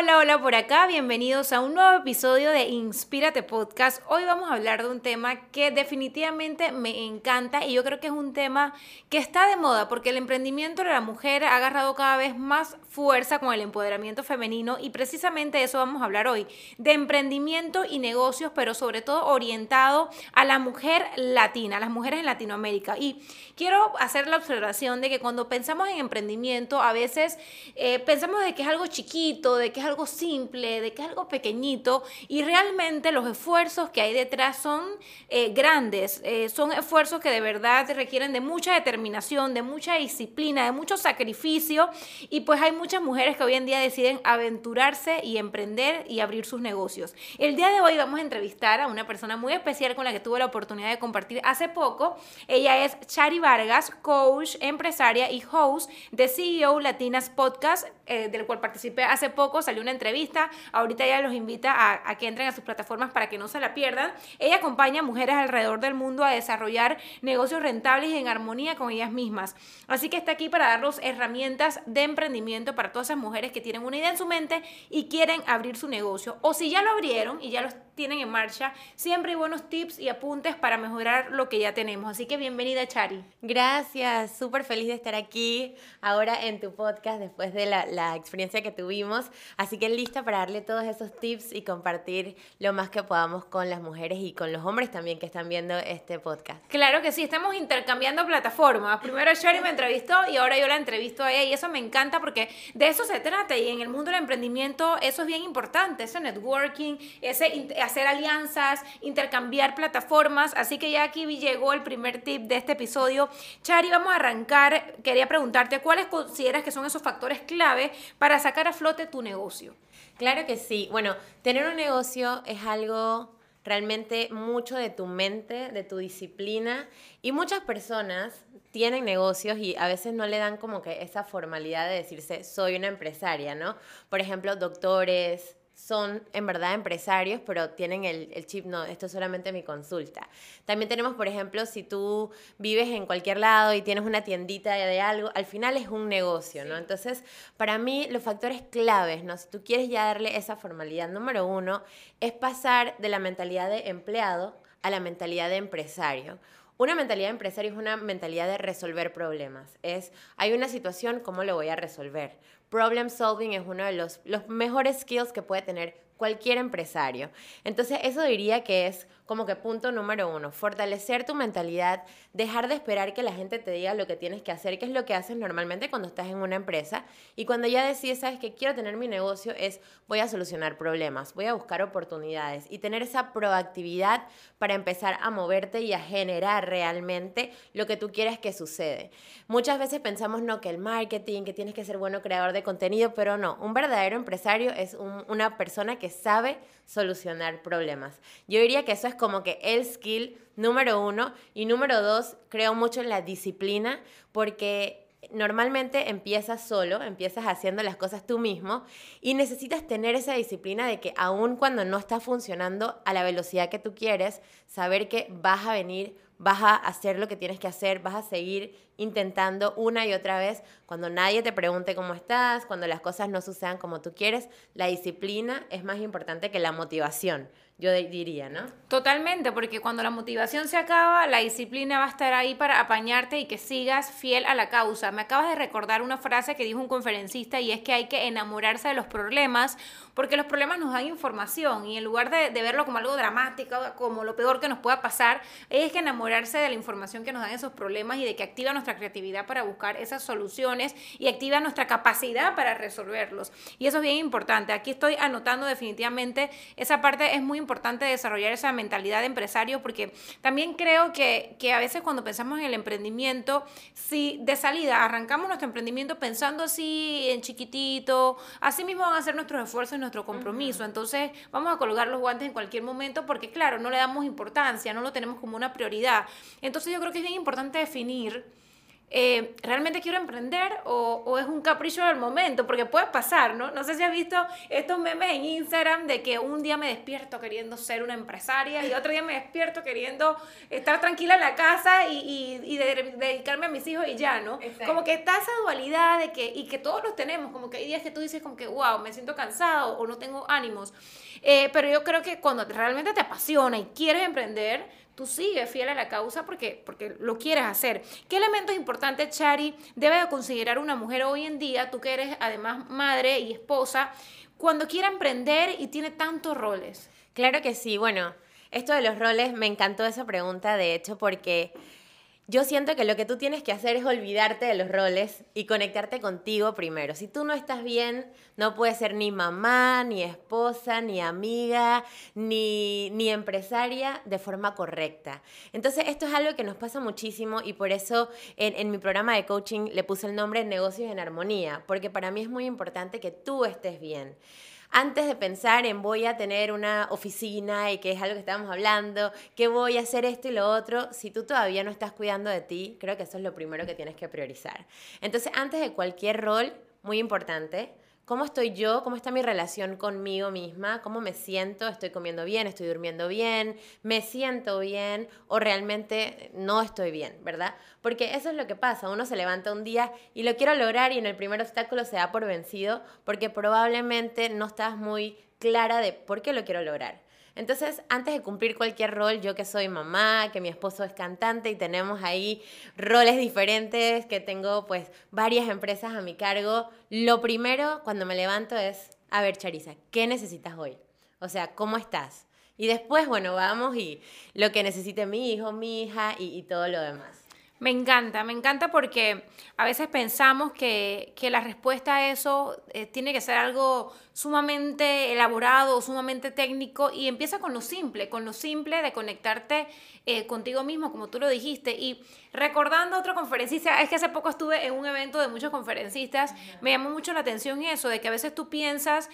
Hola, hola por acá, bienvenidos a un nuevo episodio de Inspírate Podcast. Hoy vamos a hablar de un tema que definitivamente me encanta y yo creo que es un tema que está de moda porque el emprendimiento de la mujer ha agarrado cada vez más fuerza con el empoderamiento femenino y precisamente de eso vamos a hablar hoy, de emprendimiento y negocios, pero sobre todo orientado a la mujer latina, a las mujeres en Latinoamérica. Y quiero hacer la observación de que cuando pensamos en emprendimiento a veces pensamos de que es algo chiquito, de que es algo simple, de que es algo pequeñito y realmente los esfuerzos que hay detrás son grandes, son esfuerzos que de verdad requieren de mucha determinación, de mucha disciplina, de mucho sacrificio y pues hay muchas mujeres que hoy en día deciden aventurarse y emprender y abrir sus negocios. El día de hoy vamos a entrevistar a una persona muy especial con la que tuve la oportunidad de compartir hace poco. Ella es Chari Vargas, coach, empresaria y host de CEO Latinas Podcast, del cual participé hace poco, salió una entrevista, ahorita ella los invita a que entren a sus plataformas para que no se la pierdan. Ella acompaña a mujeres alrededor del mundo a desarrollar negocios rentables y en armonía con ellas mismas. Así que está aquí para darnos herramientas de emprendimiento para todas esas mujeres que tienen una idea en su mente y quieren abrir su negocio. O si ya lo abrieron y ya los tienen en marcha, siempre hay buenos tips y apuntes para mejorar lo que ya tenemos. Así que bienvenida, Chari. Gracias, súper feliz de estar aquí ahora en tu podcast después de la experiencia que tuvimos. Así que lista para darle todos esos tips y compartir lo más que podamos con las mujeres y con los hombres también que están viendo este podcast. Claro que sí, estamos intercambiando plataformas. Primero Chari me entrevistó y ahora yo la entrevisto a ella y eso me encanta porque de eso se trata y en el mundo del emprendimiento eso es bien importante, ese networking, ese hacer alianzas, intercambiar plataformas. Así que ya aquí llegó el primer tip de este episodio. Chari, vamos a arrancar. Quería preguntarte, ¿cuáles consideras que son esos factores clave para sacar a flote tu negocio? Claro que sí. Bueno, tener un negocio es algo realmente mucho de tu mente, de tu disciplina, y muchas personas tienen negocios y a veces no le dan como que esa formalidad de decirse soy una empresaria, ¿no? Por ejemplo, doctores son en verdad empresarios, pero tienen el chip, no, esto es solamente mi consulta. También tenemos, por ejemplo, si tú vives en cualquier lado y tienes una tiendita de algo, al final es un negocio, ¿no? Entonces, para mí, los factores claves, ¿no? Si tú quieres ya darle esa formalidad, número uno, es pasar de la mentalidad de empleado a la mentalidad de empresario. Una mentalidad de empresario es una mentalidad de resolver problemas. Hay una situación, ¿cómo lo voy a resolver? Problem solving es uno de los mejores skills que puede tener cualquier empresario. Entonces, eso diría que es como que punto número uno, fortalecer tu mentalidad, dejar de esperar que la gente te diga lo que tienes que hacer, que es lo que haces normalmente cuando estás en una empresa. Y cuando ya decides, sabes que quiero tener mi negocio, voy a solucionar problemas, voy a buscar oportunidades y tener esa proactividad para empezar a moverte y a generar realmente lo que tú quieres que sucede. Muchas veces pensamos, no, que el marketing, que tienes que ser bueno creador de contenido, pero no, un verdadero empresario es una persona que sabe solucionar problemas. Yo diría que eso es como que el skill número uno. Y número dos, creo mucho en la disciplina porque normalmente empiezas solo, empiezas haciendo las cosas tú mismo y necesitas tener esa disciplina de que aun cuando no está funcionando a la velocidad que tú quieres, saber que vas a venir, vas a hacer lo que tienes que hacer, vas a seguir intentando una y otra vez. Cuando nadie te pregunte cómo estás, cuando las cosas no sucedan como tú quieres, la disciplina es más importante que la motivación, yo diría, ¿no? Totalmente, porque cuando la motivación se acaba, la disciplina va a estar ahí para apañarte y que sigas fiel a la causa. Me acabas de recordar una frase que dijo un conferencista y es que hay que enamorarse de los problemas porque los problemas nos dan información y en lugar de verlo como algo dramático, como lo peor que nos pueda pasar, es que enamorarse de la información que nos dan esos problemas y de que activa nuestra creatividad para buscar esas soluciones y activa nuestra capacidad para resolverlos. Y eso es bien importante. Aquí estoy anotando definitivamente esa parte, es muy importante desarrollar esa mentalidad de empresario porque también creo que a veces cuando pensamos en el emprendimiento, si de salida arrancamos nuestro emprendimiento pensando así en chiquitito, así mismo van a ser nuestros esfuerzos y nuestro compromiso. Entonces vamos a colgar los guantes en cualquier momento porque claro, no le damos importancia, no lo tenemos como una prioridad. Entonces yo creo que es bien importante definir ¿realmente quiero emprender o es un capricho del momento? Porque puede pasar, ¿no? No sé si has visto estos memes en Instagram de que un día me despierto queriendo ser una empresaria y otro día me despierto queriendo estar tranquila en la casa y dedicarme a mis hijos y ya, ¿no? Exacto. Como que está esa dualidad de que, y que todos los tenemos, como que hay días que tú dices como que, wow, me siento cansado o no tengo ánimos. Pero yo creo que cuando realmente te apasiona y quieres emprender, tú sigues fiel a la causa porque lo quieres hacer. ¿Qué elementos importantes, Chari, debe de considerar una mujer hoy en día, tú que eres además madre y esposa, cuando quiere emprender y tiene tantos roles? Claro que sí. Bueno, esto de los roles, me encantó esa pregunta, de hecho, porque yo siento que lo que tú tienes que hacer es olvidarte de los roles y conectarte contigo primero. Si tú no estás bien, no puedes ser ni mamá, ni esposa, ni amiga, ni empresaria de forma correcta. Entonces, esto es algo que nos pasa muchísimo y por eso en mi programa de coaching le puse el nombre Negocios en Armonía, porque para mí es muy importante que tú estés bien. Antes de pensar en voy a tener una oficina y que es algo que estábamos hablando, que voy a hacer esto y lo otro, si tú todavía no estás cuidando de ti, creo que eso es lo primero que tienes que priorizar. Entonces, antes de cualquier rol, muy importante, ¿cómo estoy yo? ¿Cómo está mi relación conmigo misma? ¿Cómo me siento? ¿Estoy comiendo bien? ¿Estoy durmiendo bien? ¿Me siento bien? ¿O realmente no estoy bien? ¿Verdad? Porque eso es lo que pasa. Uno se levanta un día y lo quiero lograr y en el primer obstáculo se da por vencido porque probablemente no estás muy clara de por qué lo quiero lograr. Entonces, antes de cumplir cualquier rol, yo que soy mamá, que mi esposo es cantante y tenemos ahí roles diferentes, que tengo pues varias empresas a mi cargo, lo primero cuando me levanto es, a ver, Charisa, ¿qué necesitas hoy? O sea, ¿cómo estás? Y después, bueno, vamos y lo que necesite mi hijo, mi hija y todo lo demás. Me encanta porque a veces pensamos que la respuesta a eso tiene que ser algo sumamente elaborado, sumamente técnico y empieza con lo simple de conectarte contigo mismo, como tú lo dijiste. Y recordando a otro conferencista, es que hace poco estuve en un evento de muchos conferencistas, me llamó mucho la atención eso, de que a veces tú piensas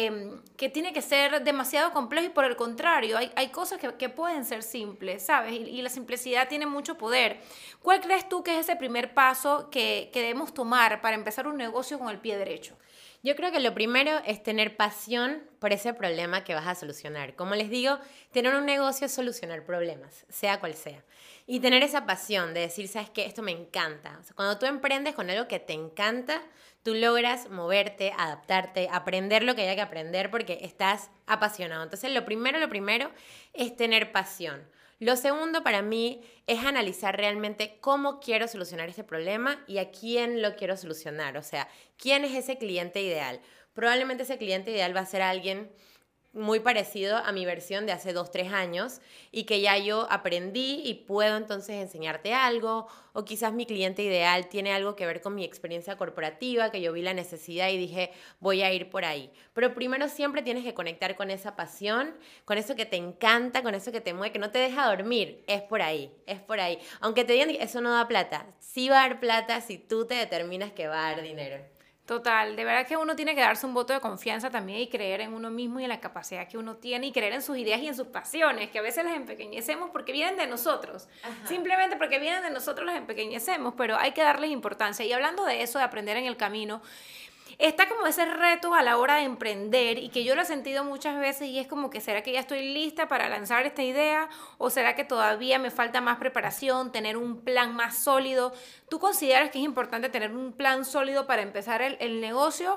que tiene que ser demasiado complejo y por el contrario, hay cosas que pueden ser simples, ¿sabes? Y la simplicidad tiene mucho poder. ¿Cuál crees tú que es ese primer paso que debemos tomar para empezar un negocio con el pie derecho? Yo creo que lo primero es tener pasión por ese problema que vas a solucionar. Como les digo, tener un negocio es solucionar problemas, sea cual sea. Y tener esa pasión de decir, ¿sabes qué? Esto me encanta. O sea, cuando tú emprendes con algo que te encanta, tú logras moverte, adaptarte, aprender lo que haya que aprender porque estás apasionado. Entonces, lo primero es tener pasión. Lo segundo para mí es analizar realmente cómo quiero solucionar este problema y a quién lo quiero solucionar. O sea, ¿quién es ese cliente ideal? Probablemente ese cliente ideal va a ser alguien muy parecido a mi versión de hace 2, 3 años y que ya yo aprendí y puedo entonces enseñarte algo, o quizás mi cliente ideal tiene algo que ver con mi experiencia corporativa, que yo vi la necesidad y dije voy a ir por ahí. Pero primero siempre tienes que conectar con esa pasión, con eso que te encanta, con eso que te mueve, que no te deja dormir. Es por ahí, es por ahí. Aunque te digan que eso no da plata, sí va a dar plata si tú te determinas que va a dar dinero. Total, de verdad que uno tiene que darse un voto de confianza también y creer en uno mismo y en la capacidad que uno tiene y creer en sus ideas y en sus pasiones, que a veces las empequeñecemos porque vienen de nosotros. Ajá. Simplemente porque vienen de nosotros las empequeñecemos, pero hay que darles importancia. Y hablando de eso, de aprender en el camino, está como ese reto a la hora de emprender y que yo lo he sentido muchas veces y es como que ¿será que ya estoy lista para lanzar esta idea o será que todavía me falta más preparación, tener un plan más sólido? ¿Tú consideras que es importante tener un plan sólido para empezar el negocio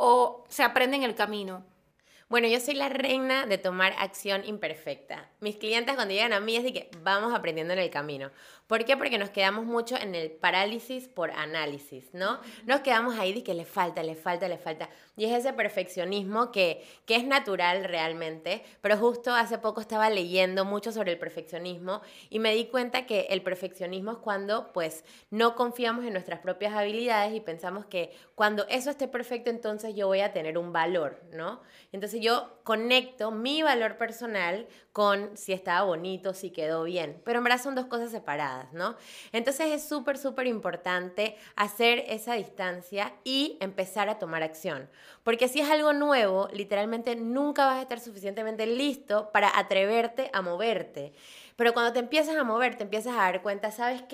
o se aprende en el camino? Bueno, yo soy la reina de tomar acción imperfecta. Mis clientes cuando llegan a mí es de que vamos aprendiendo en el camino. ¿Por qué? Porque nos quedamos mucho en el parálisis por análisis, ¿no? Nos quedamos ahí de que le falta. Y es ese perfeccionismo que es natural realmente, pero justo hace poco estaba leyendo mucho sobre el perfeccionismo y me di cuenta que el perfeccionismo es cuando pues no confiamos en nuestras propias habilidades y pensamos que cuando eso esté perfecto entonces yo voy a tener un valor, ¿no? Entonces yo conecto mi valor personal con si estaba bonito, si quedó bien, pero en verdad son dos cosas separadas, ¿no? Entonces es súper importante hacer esa distancia y empezar a tomar acción, porque si es algo nuevo, literalmente nunca vas a estar suficientemente listo para atreverte a moverte. Pero cuando te empiezas a mover, te empiezas a dar cuenta, ¿sabes qué?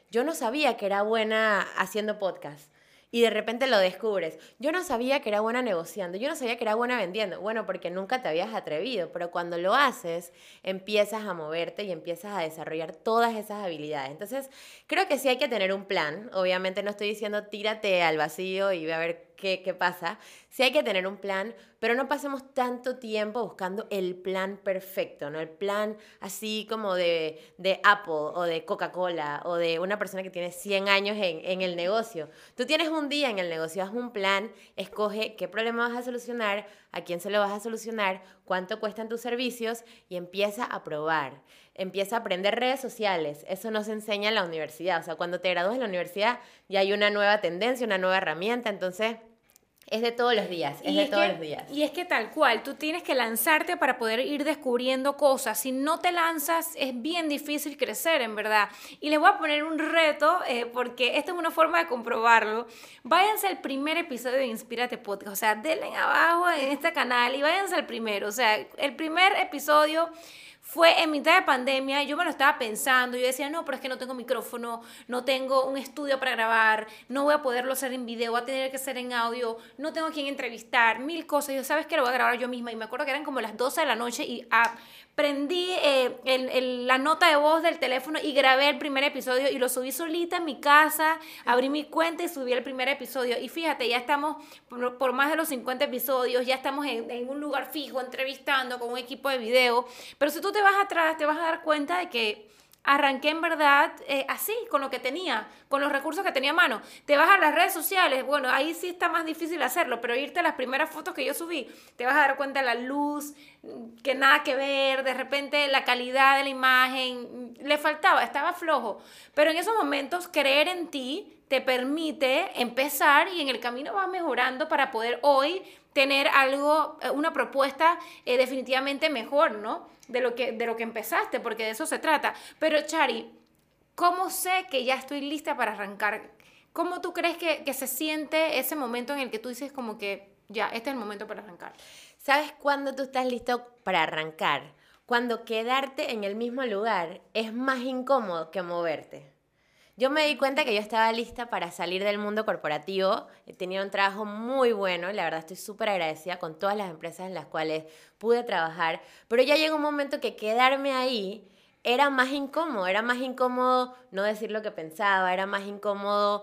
yo no sabía que era buena haciendo podcast. Y de repente lo descubres. Yo no sabía que era buena negociando, yo no sabía que era buena vendiendo. Bueno, porque nunca te habías atrevido, pero cuando lo haces, empiezas a moverte y empiezas a desarrollar todas esas habilidades. Entonces, creo que sí hay que tener un plan. Obviamente no estoy diciendo tírate al vacío y ve a ver qué pasa. Sí hay que tener un plan, pero no pasemos tanto tiempo buscando el plan perfecto, ¿no? El plan así como de Apple o de Coca-Cola o de una persona que tiene 100 años en el negocio. Tú tienes un día en el negocio, haz un plan, escoge qué problema vas a solucionar, a quién se lo vas a solucionar, cuánto cuestan tus servicios y empieza a probar. Empieza a aprender redes sociales. Eso no se enseña en la universidad. O sea, cuando te gradúas en la universidad ya hay una nueva tendencia, una nueva herramienta. Entonces, es de todos los días. Y es que tal cual, tú tienes que lanzarte para poder ir descubriendo cosas. Si no te lanzas, es bien difícil crecer, en verdad. Y les voy a poner un reto, porque esta es una forma de comprobarlo. Váyanse al primer episodio de Inspírate Podcast. O sea, denle abajo en este canal y váyanse al primero. O sea, el primer episodio fue en mitad de pandemia, yo me lo estaba pensando, yo decía, no, pero es que no tengo micrófono, no tengo un estudio para grabar, no voy a poderlo hacer en video, voy a tener que ser en audio, no tengo a quien entrevistar, mil cosas, yo sabes que lo voy a grabar yo misma, y me acuerdo que eran como las 12 de la noche y prendí la nota de voz del teléfono y grabé el primer episodio y lo subí solita en mi casa, abrí mi cuenta y subí el primer episodio. Y fíjate, ya estamos por más de los 50 episodios, ya estamos en un lugar fijo, entrevistando con un equipo de video. Pero si tú te vas atrás, te vas a dar cuenta de que arranqué en verdad así, con lo que tenía, con los recursos que tenía a mano. Te vas a las redes sociales, bueno, ahí sí está más difícil hacerlo, pero irte a las primeras fotos que yo subí, te vas a dar cuenta de la luz, que nada que ver, de repente la calidad de la imagen, le faltaba, estaba flojo. Pero en esos momentos, creer en ti te permite empezar y en el camino vas mejorando para poder hoy tener algo, una propuesta definitivamente mejor, ¿no? De lo que empezaste, porque de eso se trata. Pero Chari, ¿cómo sé que ya estoy lista para arrancar? ¿Cómo tú crees que se siente ese momento en el que tú dices como que ya, este es el momento para arrancar? ¿Sabes cuándo tú estás listo para arrancar? Cuando quedarte en el mismo lugar es más incómodo que moverte. Yo me di cuenta que yo estaba lista para salir del mundo corporativo. Tenía un trabajo muy bueno y la verdad estoy súper agradecida con todas las empresas en las cuales pude trabajar. Pero ya llegó un momento que quedarme ahí era más incómodo no decir lo que pensaba, era más incómodo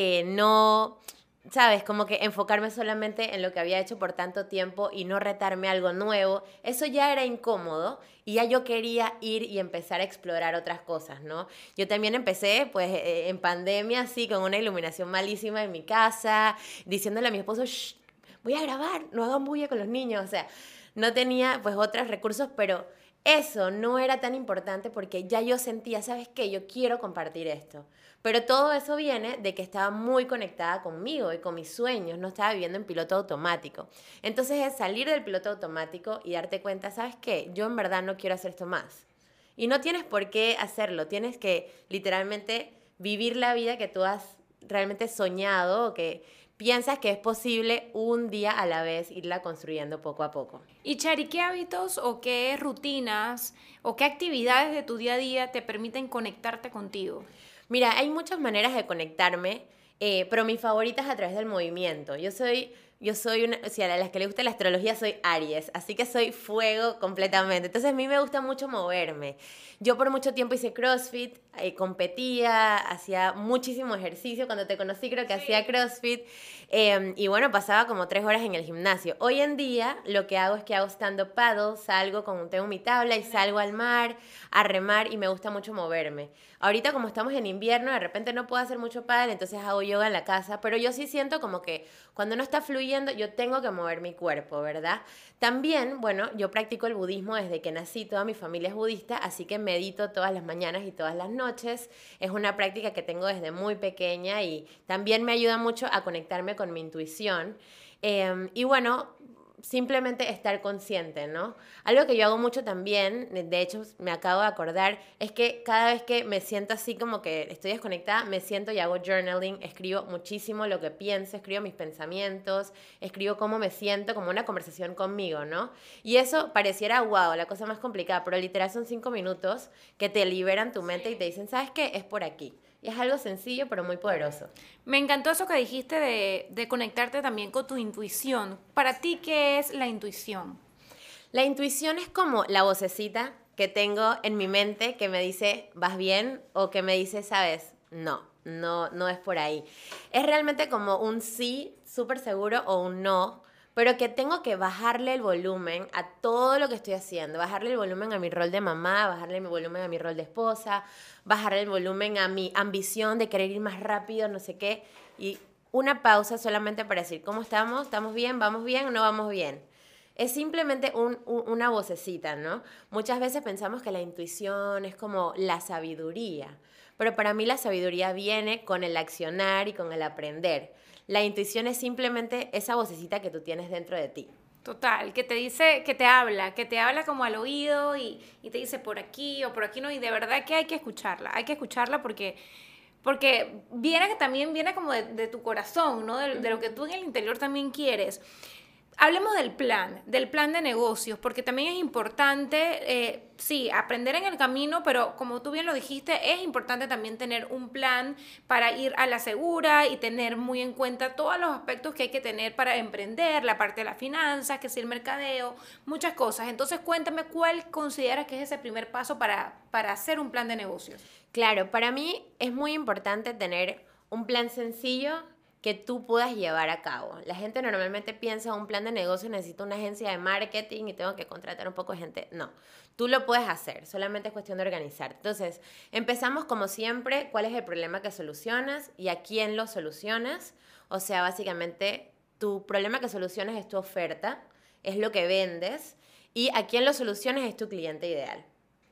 no... ¿Sabes? Como que enfocarme solamente en lo que había hecho por tanto tiempo y no retarme algo nuevo. Eso ya era incómodo y ya yo quería ir y empezar a explorar otras cosas, ¿no? Yo también empecé, pues, en pandemia, así, con una iluminación malísima en mi casa, diciéndole a mi esposo, shh, voy a grabar, no hagan bulla con los niños. O sea, no tenía, pues, otros recursos, pero eso no era tan importante porque ya yo sentía, ¿sabes qué? Yo quiero compartir esto. Pero todo eso viene de que estaba muy conectada conmigo y con mis sueños, no estaba viviendo en piloto automático. Entonces es salir del piloto automático y darte cuenta, ¿sabes qué? Yo en verdad no quiero hacer esto más. Y no tienes por qué hacerlo, tienes que literalmente vivir la vida que tú has realmente soñado o que piensas que es posible un día a la vez irla construyendo poco a poco. Y Chari, ¿qué hábitos o qué rutinas o qué actividades de tu día a día te permiten conectarte contigo? Mira, hay muchas maneras de conectarme, pero mi favorita es a través del movimiento. Yo soy una, o sea, a las que le gusta la astrología soy Aries, así que soy fuego completamente. Entonces a mí me gusta mucho moverme. Yo por mucho tiempo hice CrossFit, competía, hacía muchísimo ejercicio. Cuando te conocí creo que hacía CrossFit. Y bueno, pasaba como 3 horas en el gimnasio. Hoy en día lo que hago es que hago stand-up paddle, tengo mi tabla y salgo al mar a remar y me gusta mucho moverme. Ahorita como estamos en invierno, de repente no puedo hacer mucho paddle, entonces hago yoga en la casa, pero yo sí siento como que cuando no está fluyendo, yo tengo que mover mi cuerpo, ¿verdad? También, bueno, yo practico el budismo desde que nací, toda mi familia es budista, así que medito todas las mañanas y todas las noches. Es una práctica que tengo desde muy pequeña y también me ayuda mucho a conectarme con mi intuición. Y bueno, simplemente estar consciente, ¿no? Algo que yo hago mucho también, de hecho me acabo de acordar, es que cada vez que me siento así como que estoy desconectada, me siento y hago journaling, escribo muchísimo lo que pienso, escribo mis pensamientos, escribo cómo me siento, como una conversación conmigo, ¿no? Y eso pareciera, wow, la cosa más complicada, pero literal son 5 minutos que te liberan tu mente y te dicen, ¿sabes qué? Es por aquí. y es algo sencillo pero muy poderoso. Me encantó eso que dijiste de conectarte también con tu intuición. Para ti, ¿qué es la intuición? La intuición es como la vocecita que tengo en mi mente que me dice, ¿vas bien? O que me dice, ¿sabes? No es por ahí. Es realmente como un sí súper seguro o un no, pero que tengo que bajarle el volumen a todo lo que estoy haciendo, bajarle el volumen a mi rol de mamá, bajarle el volumen a mi rol de esposa, bajarle el volumen a mi ambición de querer ir más rápido, no sé qué, y una pausa solamente para decir, ¿cómo estamos? ¿Estamos bien? ¿Vamos bien o no vamos bien? Es simplemente una vocecita, ¿no? Muchas veces pensamos que la intuición es como la sabiduría, pero para mí la sabiduría viene con el accionar y con el aprender. La intuición es simplemente esa vocecita que tú tienes dentro de ti. Total, que te dice, que te habla como al oído y te dice por aquí o por aquí no, y de verdad que hay que escucharla porque también viene como de tu corazón, ¿no? De lo que tú en el interior también quieres. Hablemos del plan de negocios, porque también es importante, sí, aprender en el camino, pero como tú bien lo dijiste, es importante también tener un plan para ir a la segura y tener muy en cuenta todos los aspectos que hay que tener para emprender, la parte de las finanzas, que es el mercadeo, muchas cosas. Entonces, cuéntame cuál consideras que es ese primer paso para hacer un plan de negocios. Claro, para mí es muy importante tener un plan sencillo que tú puedas llevar a cabo. La gente normalmente piensa un plan de negocio, necesito una agencia de marketing y tengo que contratar un poco de gente. No, tú lo puedes hacer, solamente es cuestión de organizar. Entonces, empezamos como siempre, ¿cuál es el problema que solucionas y a quién lo solucionas? O sea, básicamente, tu problema que solucionas es tu oferta, es lo que vendes, y a quién lo solucionas es tu cliente ideal.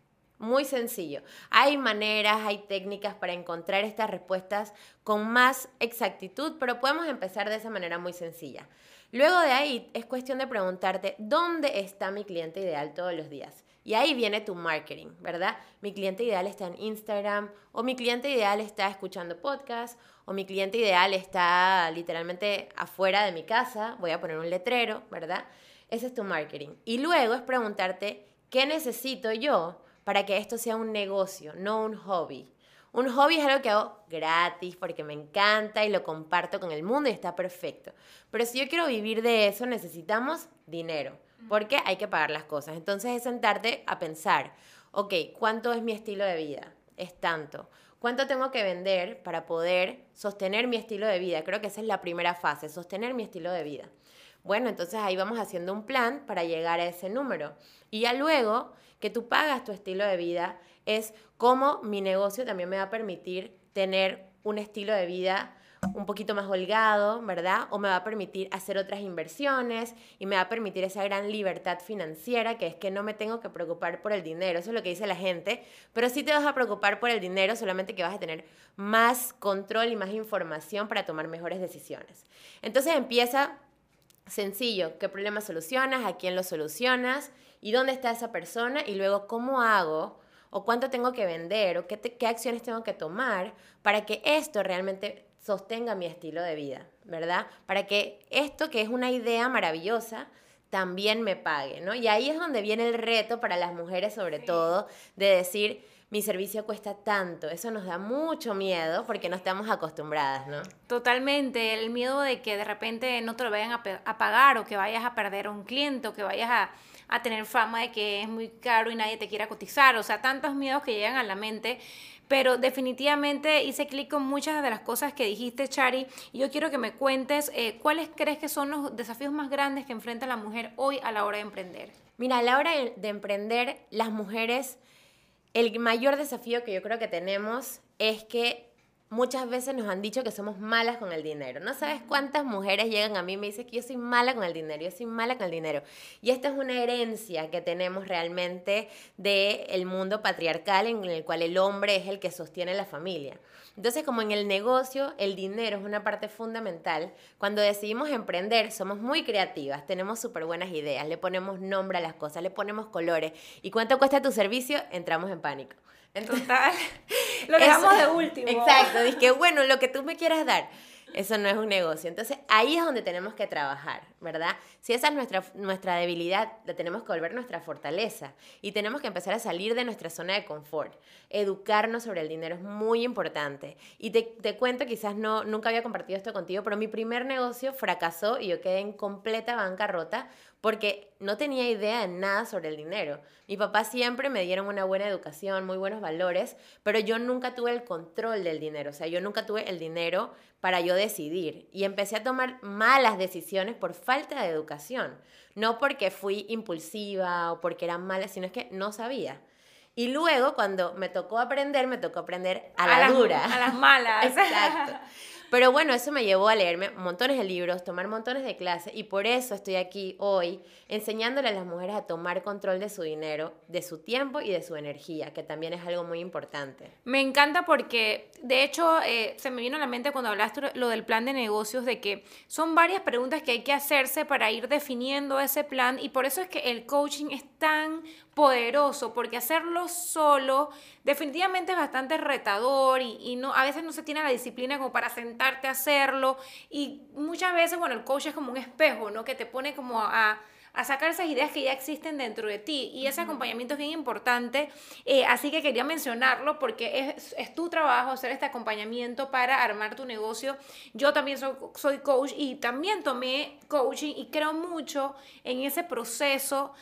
Muy sencillo. Hay maneras, hay técnicas para encontrar estas respuestas con más exactitud, pero podemos empezar de esa manera muy sencilla. Luego de ahí es cuestión de preguntarte, ¿dónde está mi cliente ideal todos los días? Y ahí viene tu marketing, ¿verdad? Mi cliente ideal está en Instagram, o mi cliente ideal está escuchando podcasts, o mi cliente ideal está literalmente afuera de mi casa, voy a poner un letrero, ¿verdad? Ese es tu marketing. Y luego es preguntarte, ¿qué necesito yo para que esto sea un negocio, no un hobby? Un hobby es algo que hago gratis porque me encanta y lo comparto con el mundo y está perfecto. Pero si yo quiero vivir de eso, necesitamos dinero, porque hay que pagar las cosas. Entonces es sentarte a pensar, ok, ¿cuánto es mi estilo de vida? Es tanto. ¿Cuánto tengo que vender para poder sostener mi estilo de vida? Creo que esa es la primera fase, sostener mi estilo de vida. Bueno, entonces ahí vamos haciendo un plan para llegar a ese número. Y ya luego que tú pagas tu estilo de vida, es cómo mi negocio también me va a permitir tener un estilo de vida un poquito más holgado, ¿verdad? O me va a permitir hacer otras inversiones y me va a permitir esa gran libertad financiera, que es que no me tengo que preocupar por el dinero. Eso es lo que dice la gente, pero sí te vas a preocupar por el dinero, solamente que vas a tener más control y más información para tomar mejores decisiones. Entonces empieza sencillo, ¿qué problema solucionas? ¿A quién lo solucionas? ¿Y dónde está esa persona? Y luego, ¿cómo hago? ¿O cuánto tengo que vender? ¿O qué acciones tengo que tomar para que esto realmente sostenga mi estilo de vida? ¿Verdad? Para que esto, que es una idea maravillosa, también me pague, ¿no? Y ahí es donde viene el reto para las mujeres, sobre todo, de decir, mi servicio cuesta tanto. Eso nos da mucho miedo porque no estamos acostumbradas, ¿no? Totalmente, el miedo de que de repente no te lo vayan a pagar o que vayas a perder a un cliente o que vayas a tener fama de que es muy caro y nadie te quiera cotizar, o sea, tantos miedos que llegan a la mente, pero definitivamente hice clic con muchas de las cosas que dijiste, Chari, y yo quiero que me cuentes cuáles crees que son los desafíos más grandes que enfrenta la mujer hoy a la hora de emprender. Mira, a la hora de emprender, las mujeres, el mayor desafío que yo creo que tenemos es que muchas veces nos han dicho que somos malas con el dinero. No sabes cuántas mujeres llegan a mí y me dicen que yo soy mala con el dinero, yo soy mala con el dinero. Y esta es una herencia que tenemos realmente del mundo patriarcal en el cual el hombre es el que sostiene la familia. Entonces, como en el negocio, el dinero es una parte fundamental. Cuando decidimos emprender, somos muy creativas, tenemos súper buenas ideas, le ponemos nombre a las cosas, le ponemos colores. ¿Y cuánto cuesta tu servicio? Entramos en pánico. Entonces, lo dejamos de último. Exacto, dije, bueno, lo que tú me quieras dar. Eso no es un negocio. Entonces, ahí es donde tenemos que trabajar, ¿verdad? Si esa es nuestra debilidad, la tenemos que volver nuestra fortaleza. Y tenemos que empezar a salir de nuestra zona de confort. Educarnos sobre el dinero es muy importante. Y te cuento, quizás nunca había compartido esto contigo, pero mi primer negocio fracasó y yo quedé en completa bancarrota porque no tenía idea de nada sobre el dinero. Mi papá siempre me dieron una buena educación, muy buenos valores, pero yo nunca tuve el control del dinero. O sea, yo nunca tuve el dinero para yo decidir. Y empecé a tomar malas decisiones por falta de educación. No porque fui impulsiva o porque eran malas, sino es que no sabía. Y luego, cuando me tocó aprender a la dura. A las malas. Exacto. Pero bueno, eso me llevó a leerme montones de libros, tomar montones de clases y por eso estoy aquí hoy enseñándole a las mujeres a tomar control de su dinero, de su tiempo y de su energía, que también es algo muy importante. Me encanta porque, de hecho, se me vino a la mente cuando hablaste lo del plan de negocios, de que son varias preguntas que hay que hacerse para ir definiendo ese plan y por eso es que el coaching es tan poderoso, porque hacerlo solo definitivamente es bastante retador y no, a veces no se tiene la disciplina como para sentarte a hacerlo y muchas veces, bueno, el coach es como un espejo, ¿no? Que te pone como a sacar esas ideas que ya existen dentro de ti y ese acompañamiento es bien importante, así que quería mencionarlo porque es tu trabajo hacer este acompañamiento para armar tu negocio. Yo también soy coach y también tomé coaching y creo mucho en ese proceso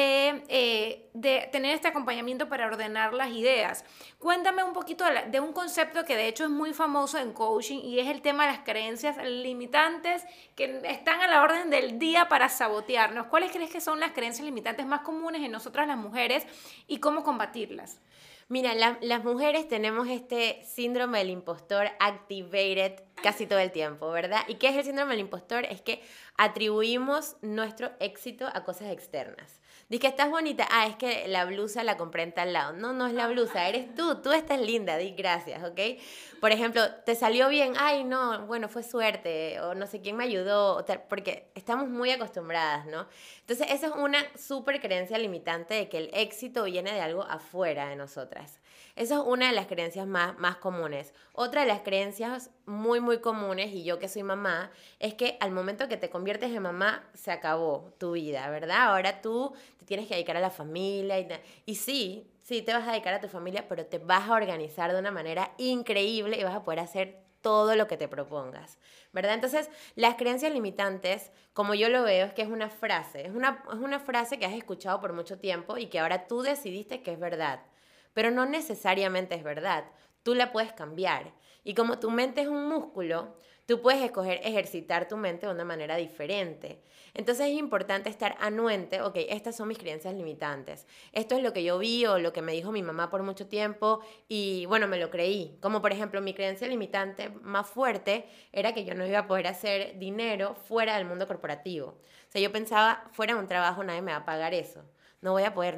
de tener este acompañamiento para ordenar las ideas. Cuéntame un poquito de un concepto que de hecho es muy famoso en coaching y es el tema de las creencias limitantes que están a la orden del día para sabotearnos. ¿Cuáles crees que son las creencias limitantes más comunes en nosotras las mujeres y cómo combatirlas? Mira, las mujeres tenemos este síndrome del impostor activated casi todo el tiempo, ¿verdad? ¿Y qué es el síndrome del impostor? Es que atribuimos nuestro éxito a cosas externas. Dices que estás bonita, es que la blusa la compré en tal lado. No, no es la blusa, eres tú estás linda, di gracias, ¿ok? Por ejemplo, te salió bien, no, bueno, fue suerte, o no sé quién me ayudó, porque estamos muy acostumbradas, ¿no? Entonces, esa es una súper creencia limitante de que el éxito viene de algo afuera de nosotras. Esa es una de las creencias más comunes. Otra de las creencias muy, muy comunes, y yo que soy mamá, es que al momento que te conviertes en mamá, se acabó tu vida, ¿verdad? Ahora tú te tienes que dedicar a la familia y sí, te vas a dedicar a tu familia, pero te vas a organizar de una manera increíble y vas a poder hacer todo lo que te propongas, ¿verdad? Entonces, las creencias limitantes, como yo lo veo, es que es una frase, es una frase que has escuchado por mucho tiempo y que ahora tú decidiste que es verdad, pero no necesariamente es verdad, tú la puedes cambiar. Y como tu mente es un músculo, tú puedes escoger ejercitar tu mente de una manera diferente. Entonces es importante estar anuente, ok, estas son mis creencias limitantes. Esto es lo que yo vi o lo que me dijo mi mamá por mucho tiempo y bueno, me lo creí. Como por ejemplo, mi creencia limitante más fuerte era que yo no iba a poder hacer dinero fuera del mundo corporativo. O sea, yo pensaba, fuera de un trabajo nadie me va a pagar eso. No voy a poder.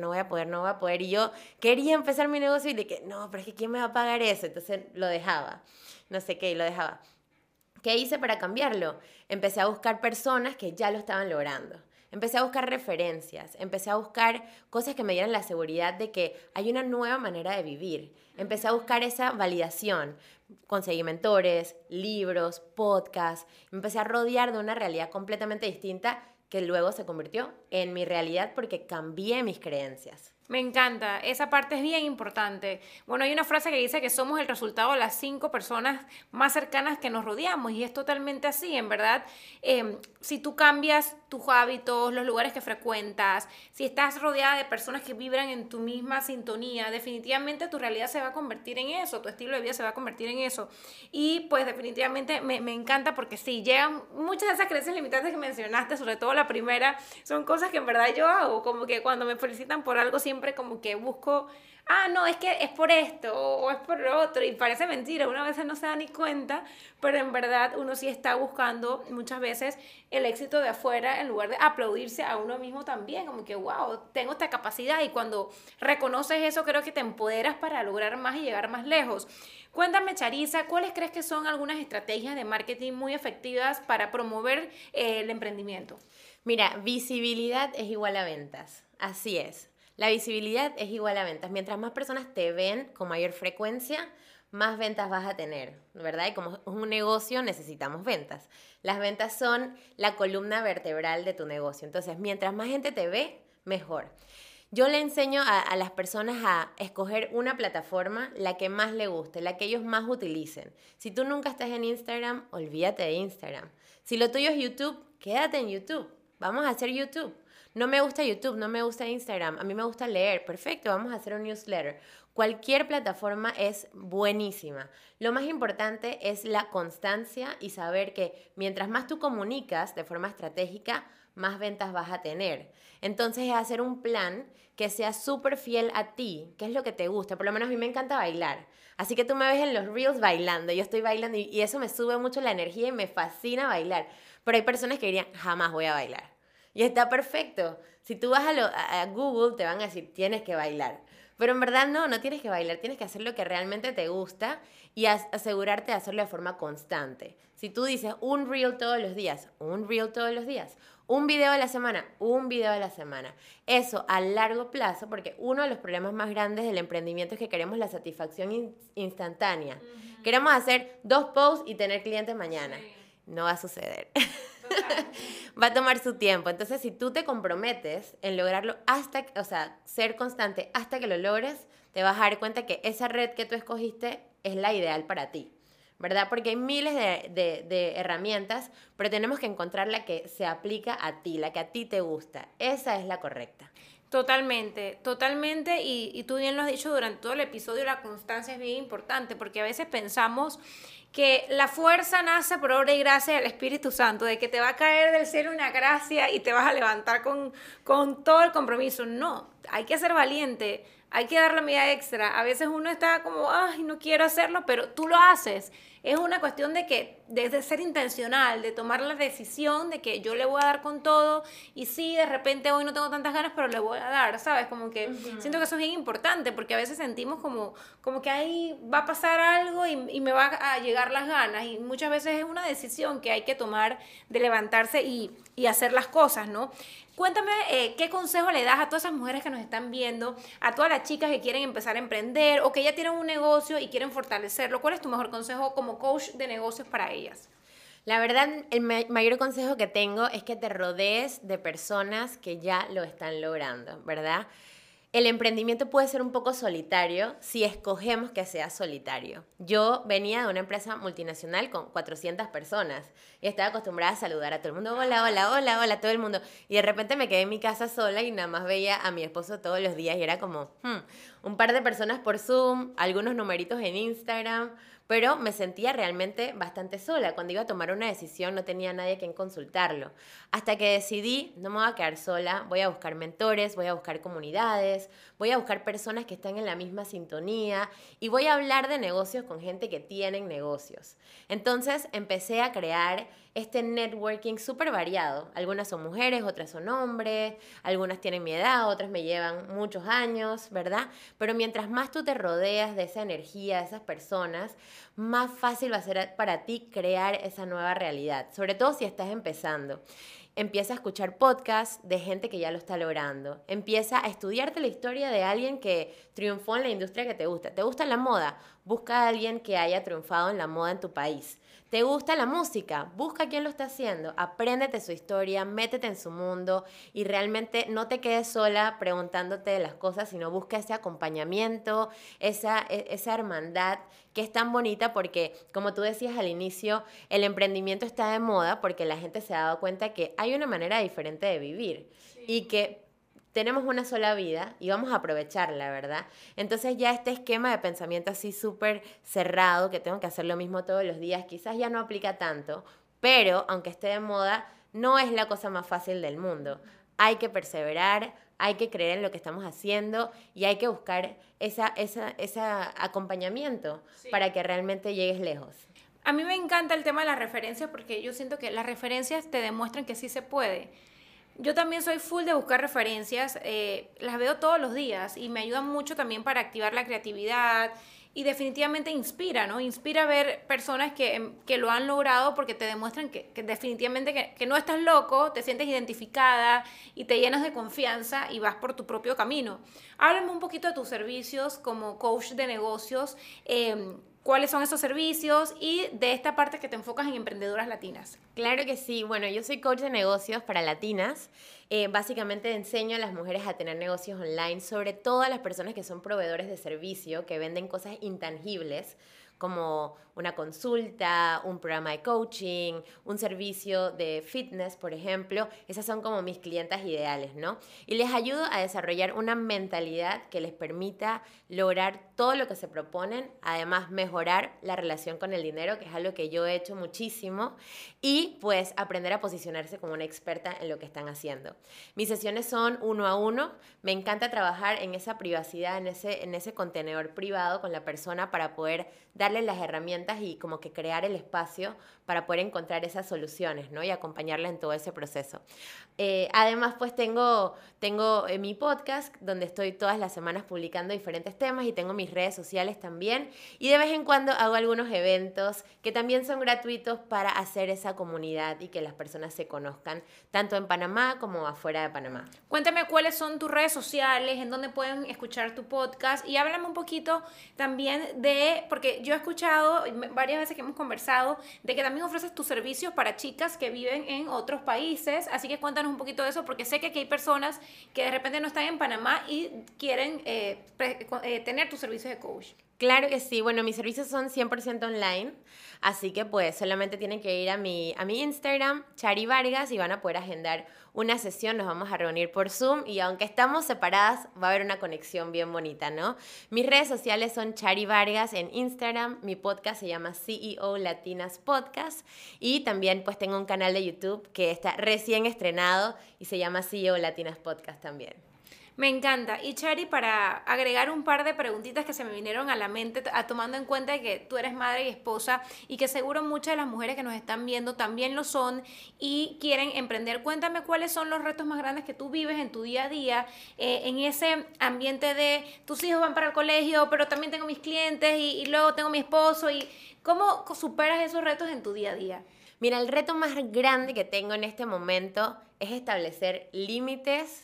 Y yo quería empezar mi negocio y dije, no, pero es que ¿quién me va a pagar eso? Entonces lo dejaba. No sé qué, y lo dejaba. ¿Qué hice para cambiarlo? Empecé a buscar personas que ya lo estaban logrando. Empecé a buscar referencias, empecé a buscar cosas que me dieran la seguridad de que hay una nueva manera de vivir. Empecé a buscar esa validación. Conseguí mentores, libros, podcasts. Me empecé a rodear de una realidad completamente distinta que luego se convirtió en mi realidad porque cambié mis creencias. Me encanta, esa parte es bien importante. Bueno, hay una frase que dice que somos el resultado de las 5 personas más cercanas que nos rodeamos y es totalmente así, en verdad. Si tú cambias tus hábitos, los lugares que frecuentas, si estás rodeada de personas que vibran en tu misma sintonía, definitivamente tu realidad se va a convertir en eso, tu estilo de vida se va a convertir en eso. Y pues definitivamente me encanta porque sí, llegan muchas de esas creencias limitantes que mencionaste, sobre todo la primera, son cosas que en verdad yo hago, como que cuando me felicitan por algo siempre como que busco, no, es que es por esto o es por lo otro y parece mentira, una vez no se da ni cuenta, pero en verdad uno sí está buscando muchas veces el éxito de afuera en lugar de aplaudirse a uno mismo también, como que wow, tengo esta capacidad y cuando reconoces eso creo que te empoderas para lograr más y llegar más lejos. Cuéntame, Charisa, ¿cuáles crees que son algunas estrategias de marketing muy efectivas para promover el emprendimiento? Mira, visibilidad es igual a ventas, así es. La visibilidad es igual a ventas. Mientras más personas te ven con mayor frecuencia, más ventas vas a tener, ¿verdad? Y como es un negocio, necesitamos ventas. Las ventas son la columna vertebral de tu negocio. Entonces, mientras más gente te ve, mejor. Yo le enseño a las personas a escoger una plataforma, la que más le guste, la que ellos más utilicen. Si tú nunca estás en Instagram, olvídate de Instagram. Si lo tuyo es YouTube, quédate en YouTube. Vamos a hacer YouTube. No me gusta YouTube, no me gusta Instagram, a mí me gusta leer. Perfecto, vamos a hacer un newsletter. Cualquier plataforma es buenísima. Lo más importante es la constancia y saber que mientras más tú comunicas de forma estratégica, más ventas vas a tener. Entonces es hacer un plan que sea súper fiel a ti, que es lo que te gusta. Por lo menos a mí me encanta bailar. Así que tú me ves en los reels bailando, yo estoy bailando y eso me sube mucho la energía y me fascina bailar. Pero hay personas que dirían, jamás voy a bailar. Y está perfecto. Si tú vas a Google, te van a decir, tienes que bailar. Pero en verdad no tienes que bailar, tienes que hacer lo que realmente te gusta y asegurarte de hacerlo de forma constante. Si tú dices un reel todos los días, un reel todos los días, un video a la semana, un video a la semana. Eso a largo plazo, porque uno de los problemas más grandes del emprendimiento es que queremos la satisfacción instantánea. Uh-huh. Queremos hacer 2 posts y tener clientes mañana. Sí. No va a suceder. Va a tomar su tiempo. Entonces, si tú te comprometes en lograrlo ser constante hasta que lo logres, te vas a dar cuenta que esa red que tú escogiste es la ideal para ti, ¿verdad? Porque hay miles de herramientas, pero tenemos que encontrar la que se aplica a ti, la que a ti te gusta. Esa es la correcta. Totalmente, totalmente, y tú bien lo has dicho durante todo el episodio, la constancia es bien importante, porque a veces pensamos que la fuerza nace por obra y gracia del Espíritu Santo, de que te va a caer del cielo una gracia y te vas a levantar con todo el compromiso. No, hay que ser valiente, hay que dar la medida extra. A veces uno está como, ay, no quiero hacerlo, pero tú lo haces. Es una cuestión de ser intencional, de tomar la decisión de que yo le voy a dar con todo y sí, de repente hoy no tengo tantas ganas, pero le voy a dar, ¿sabes? Como que siento que eso es bien importante porque a veces sentimos como que ahí va a pasar algo y me va a llegar las ganas y muchas veces es una decisión que hay que tomar de levantarse y hacer las cosas, ¿no? Cuéntame, ¿qué consejo le das a todas esas mujeres que nos están viendo, a todas las chicas que quieren empezar a emprender o que ya tienen un negocio y quieren fortalecerlo? ¿Cuál es tu mejor consejo como coach de negocios para ellas? La verdad, el mayor consejo que tengo es que te rodees de personas que ya lo están logrando, ¿verdad? El emprendimiento puede ser un poco solitario si escogemos que sea solitario. Yo venía de una empresa multinacional con 400 personas y estaba acostumbrada a saludar a todo el mundo, hola, hola, hola, hola, todo el mundo. Y de repente me quedé en mi casa sola y nada más veía a mi esposo todos los días y era como un par de personas por Zoom, algunos numeritos en Instagram, pero me sentía realmente bastante sola. Cuando iba a tomar una decisión no tenía nadie a quien consultarlo. Hasta que decidí, no me voy a quedar sola, voy a buscar mentores, voy a buscar comunidades, voy a buscar personas que están en la misma sintonía y voy a hablar de negocios con gente que tienen negocios. Entonces empecé a crear este networking súper variado. Algunas son mujeres, otras son hombres, algunas tienen mi edad, otras me llevan muchos años, ¿verdad? Pero mientras más tú te rodeas de esa energía, de esas personas, más fácil va a ser para ti crear esa nueva realidad, sobre todo si estás empezando. Empieza a escuchar podcasts de gente que ya lo está logrando. Empieza a estudiarte la historia de alguien que triunfó en la industria que te gusta. ¿Te gusta la moda? Busca a alguien que haya triunfado en la moda en tu país. ¿Te gusta la música? Busca a quién lo está haciendo. Apréndete su historia, métete en su mundo y realmente no te quedes sola preguntándote de las cosas, sino busca ese acompañamiento, esa hermandad que es tan bonita porque, como tú decías al inicio, el emprendimiento está de moda porque la gente se ha dado cuenta que hay una manera diferente de vivir y que tenemos una sola vida y vamos a aprovecharla, ¿verdad? Entonces ya este esquema de pensamiento así súper cerrado, que tengo que hacer lo mismo todos los días, quizás ya no aplica tanto, pero aunque esté de moda, no es la cosa más fácil del mundo. Hay que perseverar, hay que creer en lo que estamos haciendo y hay que buscar ese acompañamiento para que realmente llegues lejos. A mí me encanta el tema de las referencias porque yo siento que las referencias te demuestran que sí se puede. Yo también soy full de buscar referencias, las veo todos los días y me ayudan mucho también para activar la creatividad y definitivamente inspira, ¿no? Inspira a ver personas que lo han logrado porque te demuestran que definitivamente que no estás loco, te sientes identificada y te llenas de confianza y vas por tu propio camino. Háblame un poquito de tus servicios como coach de negocios. cuáles son esos servicios y de esta parte que te enfocas en emprendedoras latinas. Claro que sí. Bueno, yo soy coach de negocios para latinas. Básicamente enseño a las mujeres a tener negocios online, sobre todo a las personas que son proveedores de servicio, que venden cosas intangibles, como una consulta, un programa de coaching, un servicio de fitness, por ejemplo. Esas son como mis clientas ideales, ¿no? Y les ayudo a desarrollar una mentalidad que les permita lograr todo lo que se proponen, además mejorar la relación con el dinero, que es algo que yo he hecho muchísimo, y pues aprender a posicionarse como una experta en lo que están haciendo. Mis sesiones son 1 a 1, me encanta trabajar en esa privacidad, en ese contenedor privado con la persona para poder darle las herramientas y como que crear el espacio para poder encontrar esas soluciones, ¿no? Y acompañarla en todo ese proceso. Además, pues tengo mi podcast donde estoy todas las semanas publicando diferentes temas y tengo mis redes sociales también. Y de vez en cuando hago algunos eventos que también son gratuitos para hacer esa comunidad y que las personas se conozcan, tanto en Panamá como afuera de Panamá. Cuéntame cuáles son tus redes sociales, en dónde pueden escuchar tu podcast y háblame un poquito también porque yo he escuchado varias veces que hemos conversado de que también ofreces tus servicios para chicas que viven en otros países, así que cuéntanos un poquito de eso porque sé que aquí hay personas que de repente no están en Panamá y quieren tener tus servicios de coach. Claro que sí. Bueno, mis servicios son 100% online, así que pues solamente tienen que ir a mi Instagram, Chari Vargas, y van a poder agendar una sesión. Nos vamos a reunir por Zoom y aunque estamos separadas, va a haber una conexión bien bonita, ¿no? Mis redes sociales son Chari Vargas en Instagram, mi podcast se llama CEO Latinas Podcast y también pues tengo un canal de YouTube que está recién estrenado y se llama CEO Latinas Podcast también. Me encanta. Y Chari, para agregar un par de preguntitas que se me vinieron a la mente, tomando en cuenta que tú eres madre y esposa y que seguro muchas de las mujeres que nos están viendo también lo son y quieren emprender. Cuéntame cuáles son los retos más grandes que tú vives en tu día a día, en ese ambiente de tus hijos van para el colegio, pero también tengo mis clientes y luego tengo mi esposo. Y ¿cómo superas esos retos en tu día a día? Mira, el reto más grande que tengo en este momento es establecer límites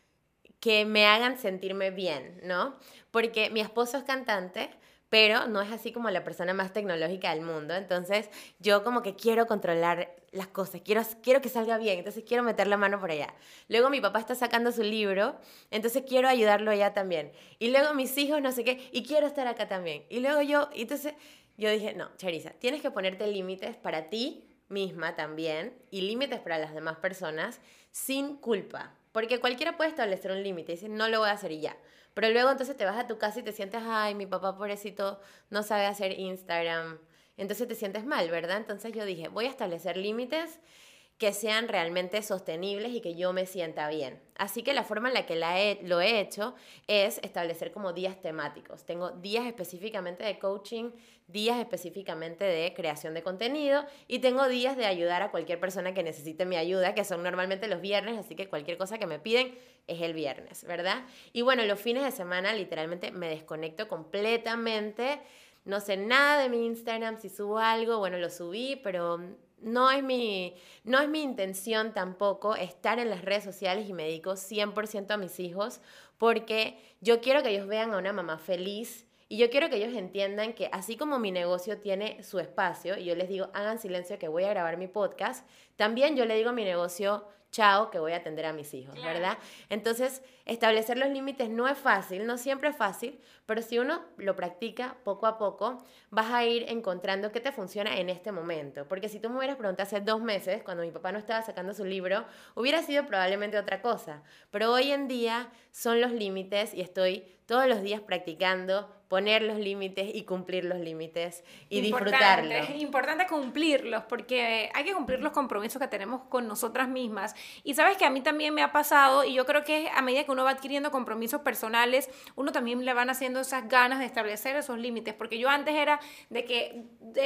que me hagan sentirme bien, ¿no? Porque mi esposo es cantante, pero no es así como la persona más tecnológica del mundo. Entonces, yo como que quiero controlar las cosas, quiero que salga bien, entonces quiero meter la mano por allá. Luego mi papá está sacando su libro, entonces quiero ayudarlo allá también. Y luego mis hijos, no sé qué, y quiero estar acá también. Y luego entonces yo dije, no, Charisa, tienes que ponerte límites para ti misma también y límites para las demás personas sin culpa. Porque cualquiera puede establecer un límite y decir, no lo voy a hacer y ya. Pero luego entonces te vas a tu casa y te sientes, ay, mi papá pobrecito no sabe hacer Instagram. Entonces te sientes mal, ¿verdad? Entonces yo dije, voy a establecer límites que sean realmente sostenibles y que yo me sienta bien. Así que la forma en la que lo he hecho es establecer como días temáticos. Tengo días específicamente de coaching, días específicamente de creación de contenido y tengo días de ayudar a cualquier persona que necesite mi ayuda, que son normalmente los viernes, así que cualquier cosa que me piden es el viernes, ¿verdad? Y bueno, los fines de semana literalmente me desconecto completamente. No sé nada de mi Instagram, si subo algo, bueno, lo subí, pero no es mi intención tampoco estar en las redes sociales y me dedico 100% a mis hijos porque yo quiero que ellos vean a una mamá feliz y yo quiero que ellos entiendan que así como mi negocio tiene su espacio y yo les digo, hagan silencio que voy a grabar mi podcast, también yo le digo a mi negocio, chao, que voy a atender a mis hijos, claro, ¿verdad? Entonces, establecer los límites no es fácil, no siempre es fácil, pero si uno lo practica poco a poco, vas a ir encontrando qué te funciona en este momento. Porque si tú me hubieras preguntado hace 2 meses, cuando mi papá no estaba sacando su libro, hubiera sido probablemente otra cosa. Pero hoy en día son los límites y estoy todos los días practicando poner los límites y cumplir los límites y disfrutarlo. Importante cumplirlos porque hay que cumplir los compromisos que tenemos con nosotras mismas. Y sabes que a mí también me ha pasado y yo creo que a medida que uno va adquiriendo compromisos personales, uno también le van haciendo esas ganas de establecer esos límites. Porque yo antes era de que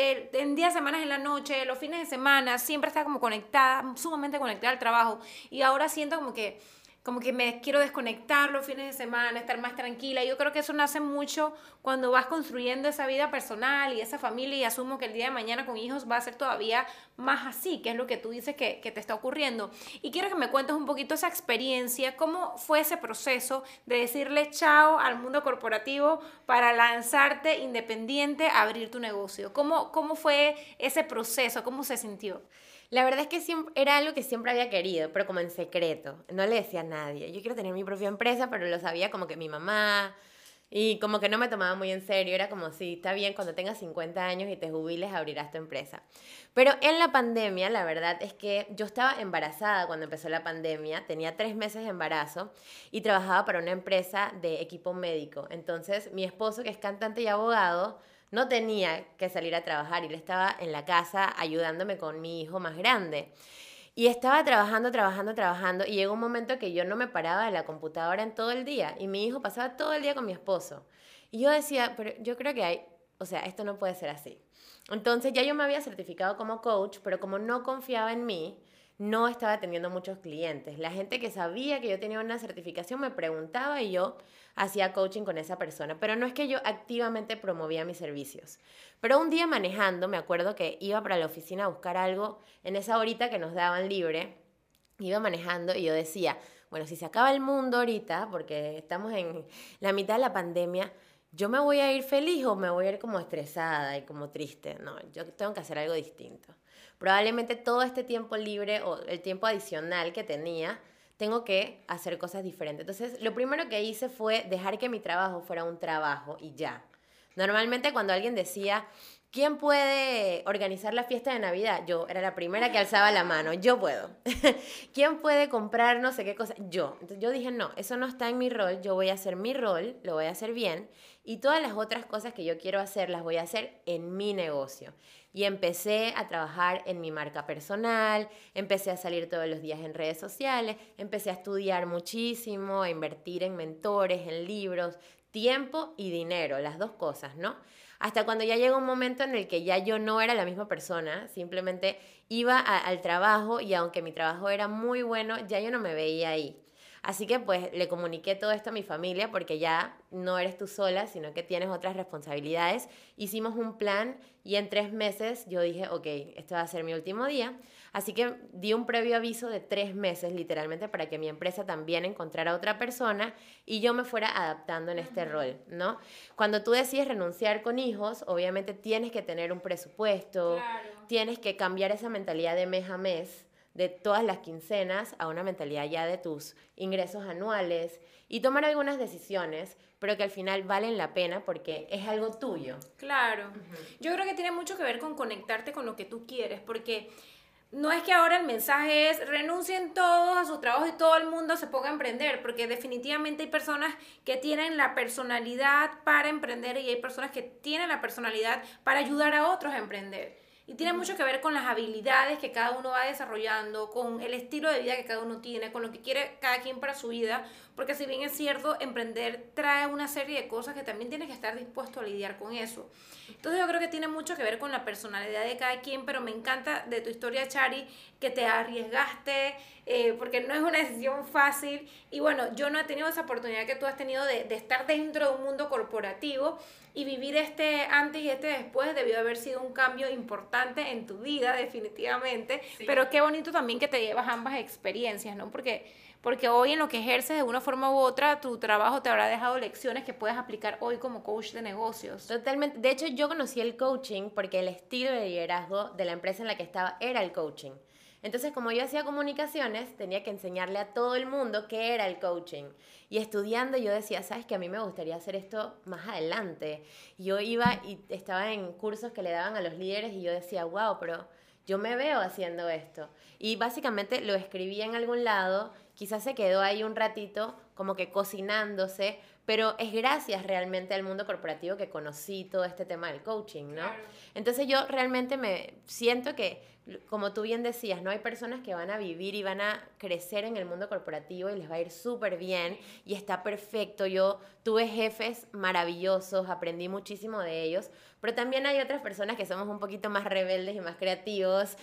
en días, semanas, en la noche, los fines de semana, siempre estaba como conectada, sumamente conectada al trabajo. Y ahora siento como que como que me quiero desconectar los fines de semana, estar más tranquila. Yo creo que eso nace mucho cuando vas construyendo esa vida personal y esa familia, y asumo que el día de mañana con hijos va a ser todavía más así, que es lo que tú dices que te está ocurriendo. Y quiero que me cuentes un poquito esa experiencia, cómo fue ese proceso de decirle chao al mundo corporativo para lanzarte independiente a abrir tu negocio. ¿Cómo fue ese proceso? ¿Cómo se sintió? La verdad es que era algo que siempre había querido, pero como en secreto. No le decía a nadie. Yo quiero tener mi propia empresa, pero lo sabía como que mi mamá. Y como que no me tomaba muy en serio. Era como, sí, está bien, cuando tengas 50 años y te jubiles abrirás tu empresa. Pero en la pandemia, la verdad es que yo estaba embarazada cuando empezó la pandemia. Tenía 3 meses de embarazo y trabajaba para una empresa de equipo médico. Entonces, mi esposo, que es cantante y abogado, no tenía que salir a trabajar y él estaba en la casa ayudándome con mi hijo más grande. Y estaba trabajando y llegó un momento que yo no me paraba de la computadora en todo el día y mi hijo pasaba todo el día con mi esposo. Y yo decía, pero yo creo que o sea, esto no puede ser así. Entonces ya yo me había certificado como coach, pero como no confiaba en mí, no estaba teniendo muchos clientes. La gente que sabía que yo tenía una certificación me preguntaba y yo hacía coaching con esa persona, pero no es que yo activamente promovía mis servicios. Pero un día manejando, me acuerdo que iba para la oficina a buscar algo en esa horita que nos daban libre, iba manejando y yo decía, bueno, si se acaba el mundo ahorita, porque estamos en la mitad de la pandemia, ¿yo me voy a ir feliz o me voy a ir como estresada y como triste? No, yo tengo que hacer algo distinto. Probablemente todo este tiempo libre o el tiempo adicional que tenía, tengo que hacer cosas diferentes. Entonces, lo primero que hice fue dejar que mi trabajo fuera un trabajo y ya. Normalmente cuando alguien decía, ¿quién puede organizar la fiesta de Navidad? Yo era la primera que alzaba la mano, yo puedo. ¿Quién puede comprar no sé qué cosa? Yo. Entonces yo dije, no, eso no está en mi rol, yo voy a hacer mi rol, lo voy a hacer bien, y todas las otras cosas que yo quiero hacer las voy a hacer en mi negocio. Y empecé a trabajar en mi marca personal, empecé a salir todos los días en redes sociales, empecé a estudiar muchísimo, a invertir en mentores, en libros, tiempo y dinero, las dos cosas, ¿no? Hasta cuando ya llegó un momento en el que ya yo no era la misma persona, simplemente iba al trabajo y aunque mi trabajo era muy bueno, ya yo no me veía ahí. Así que pues le comuniqué todo esto a mi familia porque ya no eres tú sola, sino que tienes otras responsabilidades. Hicimos un plan y en 3 meses yo dije, ok, este va a ser mi último día. Así que di un previo aviso de 3 meses literalmente para que mi empresa también encontrara a otra persona y yo me fuera adaptando en este rol, ¿no? Cuando tú decides renunciar con hijos, obviamente tienes que tener un presupuesto, Claro. tienes que cambiar esa mentalidad de mes a mes, de todas las quincenas a una mentalidad ya de tus ingresos anuales y tomar algunas decisiones, pero que al final valen la pena porque es algo tuyo. Claro. Yo creo que tiene mucho que ver con conectarte con lo que tú quieres, porque no es que ahora el mensaje es renuncien todos a su trabajo y todo el mundo se ponga a emprender, porque definitivamente hay personas que tienen la personalidad para emprender y hay personas que tienen la personalidad para ayudar a otros a emprender. Y tiene mucho que ver con las habilidades que cada uno va desarrollando, con el estilo de vida que cada uno tiene, con lo que quiere cada quien para su vida, porque si bien es cierto, emprender trae una serie de cosas que también tienes que estar dispuesto a lidiar con eso. Entonces yo creo que tiene mucho que ver con la personalidad de cada quien, pero me encanta de tu historia, Chari, que te arriesgaste, porque no es una decisión fácil. Y bueno, yo no he tenido esa oportunidad que tú has tenido de estar dentro de un mundo corporativo y vivir este antes y este después debió haber sido un cambio importante en tu vida, definitivamente. Sí. Pero qué bonito también que te llevas ambas experiencias, ¿no? Porque hoy en lo que ejerces de una forma u otra, tu trabajo te habrá dejado lecciones que puedes aplicar hoy como coach de negocios. Totalmente. De hecho, yo conocí el coaching porque el estilo de liderazgo de la empresa en la que estaba era el coaching. Entonces, como yo hacía comunicaciones, tenía que enseñarle a todo el mundo qué era el coaching. Y estudiando yo decía, ¿sabes qué? A mí me gustaría hacer esto más adelante. Y yo iba y estaba en cursos que le daban a los líderes y yo decía, wow, pero yo me veo haciendo esto. Y básicamente lo escribí en algún lado, quizás se quedó ahí un ratito como que cocinándose, pero es gracias realmente al mundo corporativo que conocí todo este tema del coaching, ¿no? Claro. Entonces yo realmente me siento que como tú bien decías, ¿no? Hay personas que van a vivir y van a crecer en el mundo corporativo y les va a ir súper bien y está perfecto. Yo tuve jefes maravillosos, aprendí muchísimo de ellos, pero también hay otras personas que somos un poquito más rebeldes y más creativos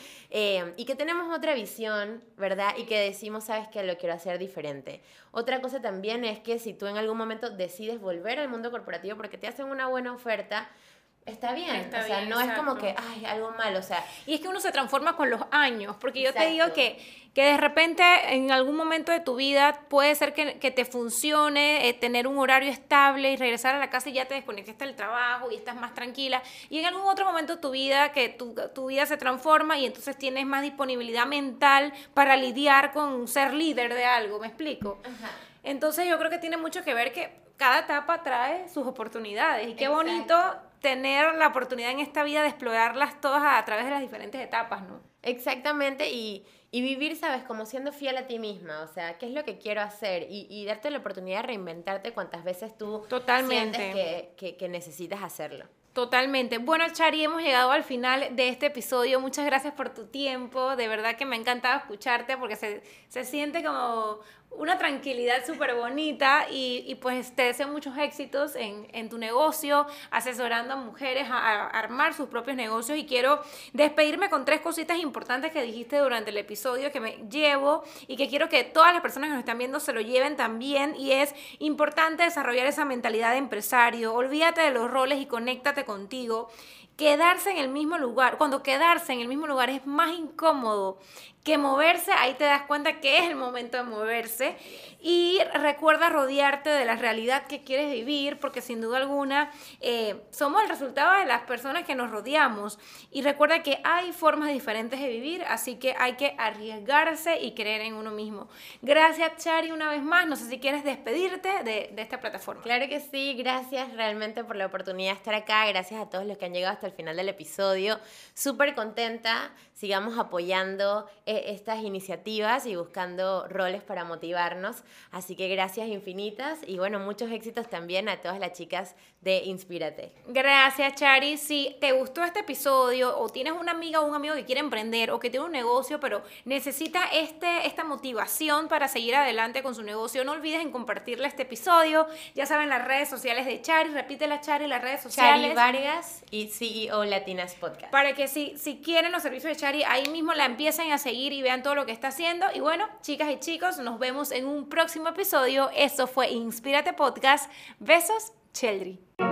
y que tenemos otra visión, ¿verdad? Y que decimos, ¿sabes qué? Lo quiero hacer diferente. Otra cosa también es que si tú en algún momento decides volver al mundo corporativo porque te hacen una buena oferta, está bien, o sea, no es como que, ay, algo malo, o sea. Y es que uno se transforma con los años, porque yo te Exacto. digo que de repente en algún momento de tu vida puede ser que te funcione tener un horario estable y regresar a la casa y ya te desconectaste del trabajo y estás más tranquila. Y en algún otro momento de tu vida que tu vida se transforma y entonces tienes más disponibilidad mental para lidiar con ser líder de algo, ¿me explico? Ajá. Entonces yo creo que tiene mucho que ver que cada etapa trae sus oportunidades y qué Exacto. bonito tener la oportunidad en esta vida de explorarlas todas a través de las diferentes etapas, ¿no? Exactamente, y vivir, ¿sabes? Como siendo fiel a ti misma, o sea, ¿qué es lo que quiero hacer? Y darte la oportunidad de reinventarte cuantas veces tú Totalmente. sientes que necesitas hacerlo. Totalmente. Bueno, Chari, hemos llegado al final de este episodio. Muchas gracias por tu tiempo. De verdad que me ha encantado escucharte porque se siente como una tranquilidad súper bonita y pues te deseo muchos éxitos en tu negocio, asesorando a mujeres a armar sus propios negocios y quiero despedirme con 3 cositas importantes que dijiste durante el episodio que me llevo y que quiero que todas las personas que nos están viendo se lo lleven también y es importante desarrollar esa mentalidad de empresario. Olvídate de los roles y conéctate contigo. Quedarse en el mismo lugar, cuando quedarse en el mismo lugar es más incómodo que moverse, ahí te das cuenta que es el momento de moverse y recuerda rodearte de la realidad que quieres vivir porque sin duda alguna somos el resultado de las personas que nos rodeamos y recuerda que hay formas diferentes de vivir, así que hay que arriesgarse y creer en uno mismo. Gracias, Chari, una vez más, no sé si quieres despedirte de esta plataforma. Claro que sí, gracias realmente por la oportunidad de estar acá, gracias a todos los que han llegado hasta el final del episodio, súper contenta, sigamos apoyando estas iniciativas y buscando roles para motivarnos, así que gracias infinitas y bueno, muchos éxitos también a todas las chicas de Inspírate. Gracias, Chari. Si te gustó este episodio o tienes una amiga o un amigo que quiere emprender o que tiene un negocio pero necesita esta motivación para seguir adelante con su negocio, no olvides en compartirle este episodio. Ya saben, las redes sociales de Chari, repítela, Chari, las redes sociales. Chari Vargas y CEO Latinas Podcast. Para que si quieren los servicios de Chari, ahí mismo la empiecen a seguir y vean todo lo que está haciendo. Y bueno, chicas y chicos, nos vemos en un próximo episodio. Eso fue Inspírate Podcast. Besos, Cheldry.